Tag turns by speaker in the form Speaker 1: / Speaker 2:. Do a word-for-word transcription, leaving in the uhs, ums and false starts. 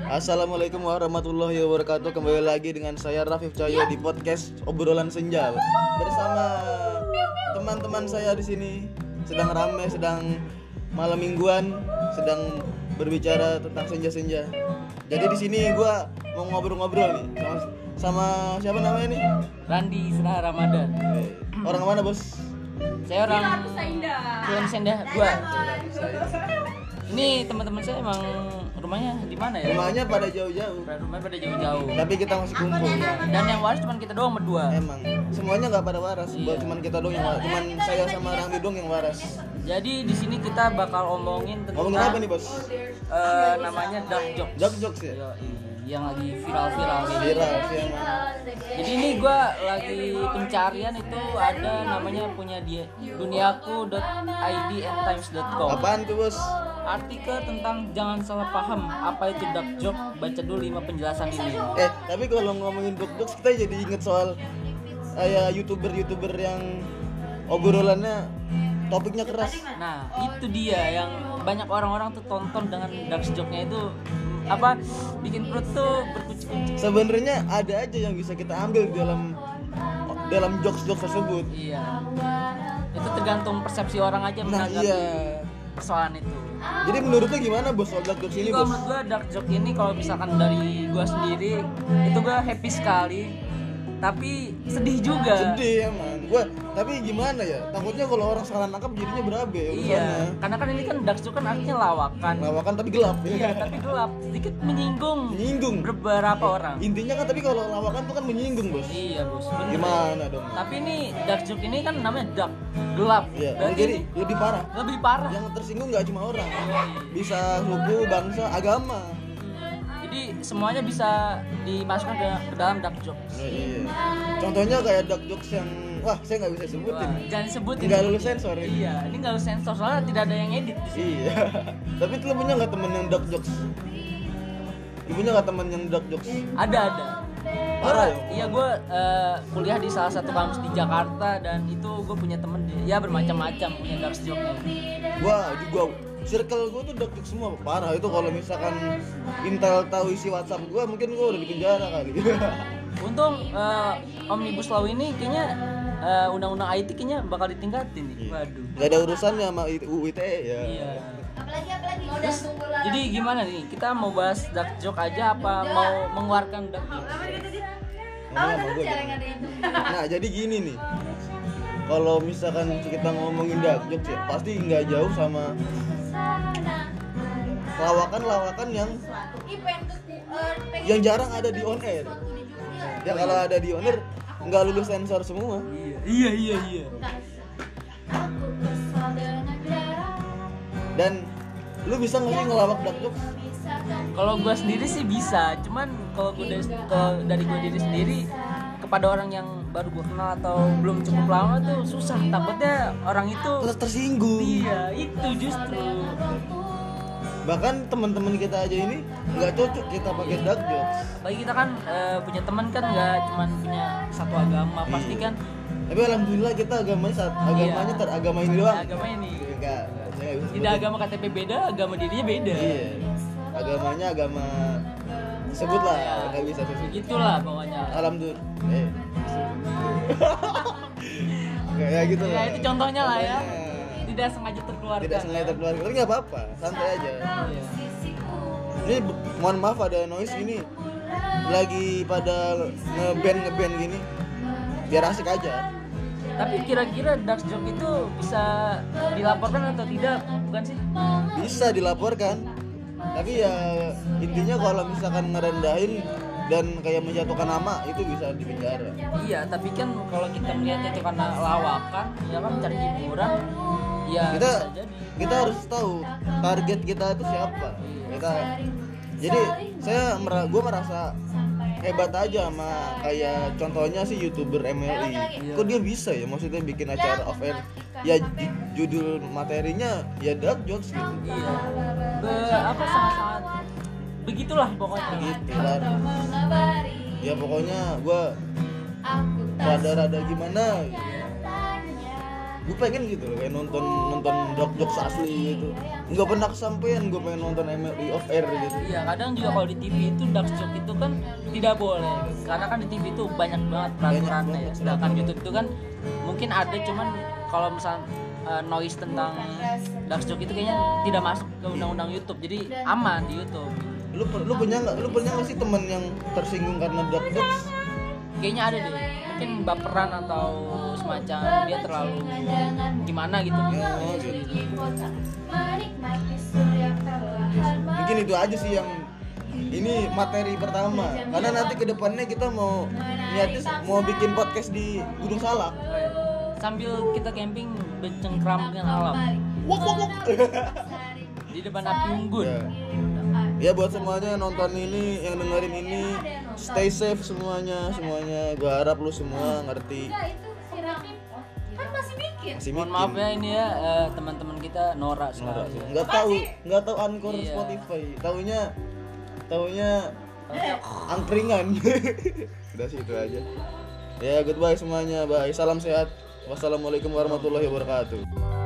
Speaker 1: Assalamualaikum warahmatullahi wabarakatuh. Kembali lagi dengan saya Rafif Cahyo di podcast Obrolan Senja bersama teman-teman saya di sini. Sedang ramai, sedang malam mingguan, sedang berbicara tentang senja-senja. Jadi di sini gue mau ngobrol-ngobrol nih sama, sama siapa namanya nih?
Speaker 2: Randi Serah Ramadan.
Speaker 1: Orang mana bos?
Speaker 2: Saya orang Kian Senda dua. Ini teman-teman saya emang rumahnya di mana ya?
Speaker 1: Rumahnya pada jauh-jauh.
Speaker 2: Rumahnya pada jauh-jauh.
Speaker 1: Tapi kita masih kumpul.
Speaker 2: Dan yang waris cuma kita doang berdua.
Speaker 1: Emang semuanya nggak pada waras.
Speaker 2: Iya.
Speaker 1: Cuman kita doang yang waras. Cuman saya sama Rangdi doang yang waras.
Speaker 2: Jadi di sini kita bakal omongin tentang
Speaker 1: Ngomongin apa nih bos?
Speaker 2: eh, namanya dark jokes.
Speaker 1: Dark jokes ya?
Speaker 2: Yoi, yang lagi viral-viral ini.
Speaker 1: Viral sih emang.
Speaker 2: Jadi ini gue lagi pencarian itu ada namanya punya dia duniaku dot i d and times dot com.
Speaker 1: Apaan tuh bos?
Speaker 2: Artikel tentang jangan salah paham apa itu dark joke. Baca dulu lima penjelasan ini.
Speaker 1: Eh tapi kalau ngomongin dark jokes kita jadi inget soal kayak youtuber-youtuber yang obrolannya topiknya keras.
Speaker 2: Nah itu dia yang banyak orang-orang tuh tonton dengan dark joke-nya itu apa bikin perut tuh berkucing-kucing.
Speaker 1: Sebenarnya ada aja yang bisa kita ambil di dalam dalam jokes-jokes tersebut.
Speaker 2: Iya. Itu tergantung persepsi orang aja
Speaker 1: Nah
Speaker 2: menanggapi
Speaker 1: iya.
Speaker 2: persoalan itu.
Speaker 1: Jadi menurut lu gimana bos soal dark jokes
Speaker 2: Jadi
Speaker 1: ini
Speaker 2: kalau
Speaker 1: bos?
Speaker 2: menurut gue dark joke ini kalau misalkan dari gue sendiri itu gue happy sekali, tapi sedih juga.
Speaker 1: Sedih emang. Gua tapi gimana ya? Takutnya kalau orang salah nangkap jadinya berabe
Speaker 2: Iya,
Speaker 1: urusannya.
Speaker 2: karena kan ini kan dark joke kan artinya lawakan.
Speaker 1: Lawakan tapi gelap ya.
Speaker 2: Iya, tapi gelap, sedikit menyinggung
Speaker 1: Menyinggung.
Speaker 2: beberapa orang.
Speaker 1: Intinya kan tapi kalau lawakan tuh kan menyinggung bos.
Speaker 2: Iya bos, bener.
Speaker 1: Gimana dong?
Speaker 2: Tapi ini dark joke ini kan namanya dark, gelap.
Speaker 1: Iya.
Speaker 2: Berarti
Speaker 1: Jadi lebih parah.
Speaker 2: lebih parah.
Speaker 1: Yang tersinggung nggak cuma orang, bisa suku, bangsa, agama.
Speaker 2: Jadi semuanya bisa dimasukkan ke, ke dalam dark jokes.
Speaker 1: Nah, iya. Contohnya kayak dark jokes yang wah saya nggak bisa
Speaker 2: Wah,
Speaker 1: sebutin.
Speaker 2: jangan disebutin.
Speaker 1: Nggak lulus sensor ya?
Speaker 2: Iya, ini nggak lulus sensor soalnya tidak ada yang edit di sini.
Speaker 1: Iya. Tapi lu punya nggak temen yang dark jokes? Ibunya nggak temen yang dark jokes?
Speaker 2: Ada ada.
Speaker 1: Parah
Speaker 2: Gua-
Speaker 1: ya?
Speaker 2: Iya gue uh, kuliah di salah satu kampus di Jakarta dan itu gue punya temen ya bermacam-macam punya dark joke-nya.
Speaker 1: Gua juga circle gua tuh dark jokes semua parah itu. Kalau misalkan Intel tahu isi WhatsApp gua mungkin gua udah di penjara kali.
Speaker 2: Untung uh, Omnibus Law ini kayaknya uh, undang-undang I T kayaknya bakal ditingkatin nih. Waduh.
Speaker 1: Gak ada urusannya sama U U I T E ya.
Speaker 2: Iya.
Speaker 3: apalagi apalagi
Speaker 2: Terus, jadi gimana nih? Kita mau bahas dark joke aja apa mau mengeluarkan dark joke?
Speaker 1: Ngomong sama gua jadi. Nah jadi gini nih, kalau misalkan kita ngomongin dark jokes ya pasti nggak jauh sama lawakan-lawakan yang yang jarang ada di on air. Ya kalau ada di on air nggak lulus sensor semua.
Speaker 2: Iya iya iya.
Speaker 1: Dan lu bisa nggak sih ngelawak dark jokes?
Speaker 2: Kalau gue sendiri sih bisa, cuman kalau gue dari kalau dari gue diri sendiri kepada orang yang baru gue kenal atau belum cukup lama tuh susah. Takutnya orang itu
Speaker 1: Terus tersinggung.
Speaker 2: iya itu justru.
Speaker 1: Bahkan teman-teman kita aja ini nggak cocok kita pakai dark jokes.
Speaker 2: Bagi kita kan eh, punya teman kan nggak cuman punya satu agama, pasti kan
Speaker 1: Tapi alhamdulillah kita agamanya sat- agamanya ter agama ini doang.
Speaker 2: agama ini.
Speaker 1: Enggak, saya nggak bisa
Speaker 2: Tidak
Speaker 1: sebutin.
Speaker 2: agama K T P beda, agama dirinya beda.
Speaker 1: Iya. Agamanya agama sebut lah,
Speaker 2: Ya,
Speaker 1: nggak bisa sebut.
Speaker 2: begitulah pokoknya.
Speaker 1: Alhamdulillah. Eh. Kayak gitu
Speaker 2: Ya
Speaker 1: lah.
Speaker 2: itu contohnya lah ya.
Speaker 1: Contohnya.
Speaker 2: Tidak sengaja terkeluarkan.
Speaker 1: Tidak sengaja terkeluar. Tapi nggak apa-apa, santai aja.
Speaker 2: Iya.
Speaker 1: Ini b- mohon maaf ada noise ini. Lagi pada ngeband ngeband gini. Biar asik aja.
Speaker 2: Tapi kira-kira dark joke itu bisa dilaporkan atau tidak, bukan sih?
Speaker 1: Bisa dilaporkan. Tapi ya intinya kalau misalkan ngerendahin dan kayak menjatuhkan nama itu bisa dipenjara.
Speaker 2: Iya, tapi kan kalau kita melihat itu karena lawakan, ya kan mencari hiburan, ya
Speaker 1: Kita
Speaker 2: bisa jadi.
Speaker 1: kita harus tahu target kita itu siapa. Kita jadi saya mera, gue merasa hebat aja sama kayak contohnya sih YouTuber M L I. Kok dia bisa ya maksudnya bikin acara off air ya ju- judul materinya ya dark jokes gitu.
Speaker 2: Iya. Be, apa sangat-sangat begitulah pokoknya.
Speaker 1: Gitu lah. Ya pokoknya gue rada-rada gimana. Gue pengen gitu loh kayak nonton nonton dark jokes asli gitu. Nggak pernah kesampaian gue pengen nonton M L E off air gitu.
Speaker 2: Iya, kadang juga kalau di T V itu dark joke itu kan tidak boleh. Karena kan di T V itu banyak banget peraturannya ya. Sedangkan YouTube itu kan mungkin ada, cuman kalau misal uh, noise tentang dark joke itu kayaknya tidak masuk ke undang-undang YouTube. Jadi aman di YouTube.
Speaker 1: Lu lu punya nggak lu punya nggak sih temen yang tersinggung karena dark jokes?
Speaker 2: Kayaknya ada deh. Mungkin baperan atau semacam dia terlalu gimana gitu.
Speaker 1: Oh, gitu. Mungkin itu aja sih yang ini materi pertama. Karena nanti kedepannya kita mau niatnya mau bikin podcast di Gunung Salak.
Speaker 2: Sambil kita camping bercengkram dengan alam
Speaker 1: Wok wok wok.
Speaker 2: di depan api unggun.
Speaker 1: Ya. Ya buat semuanya yang nonton ini, yang dengerin ini, stay safe semuanya, semuanya. Gua harap lu semua ngerti.
Speaker 3: Kan masih bikin.
Speaker 1: Masih
Speaker 2: Mohon
Speaker 1: bikin.
Speaker 2: maaf ya ini ya eh, teman-teman kita Nora
Speaker 1: Nora.
Speaker 2: semua.
Speaker 1: Nggak tahu, nggak tahu Anchor
Speaker 2: Iya.
Speaker 1: Spotify. Taunya, taunya angkringan. Udah sih itu aja. Ya goodbye semuanya, bye. Salam sehat. Wassalamualaikum warahmatullahi wabarakatuh.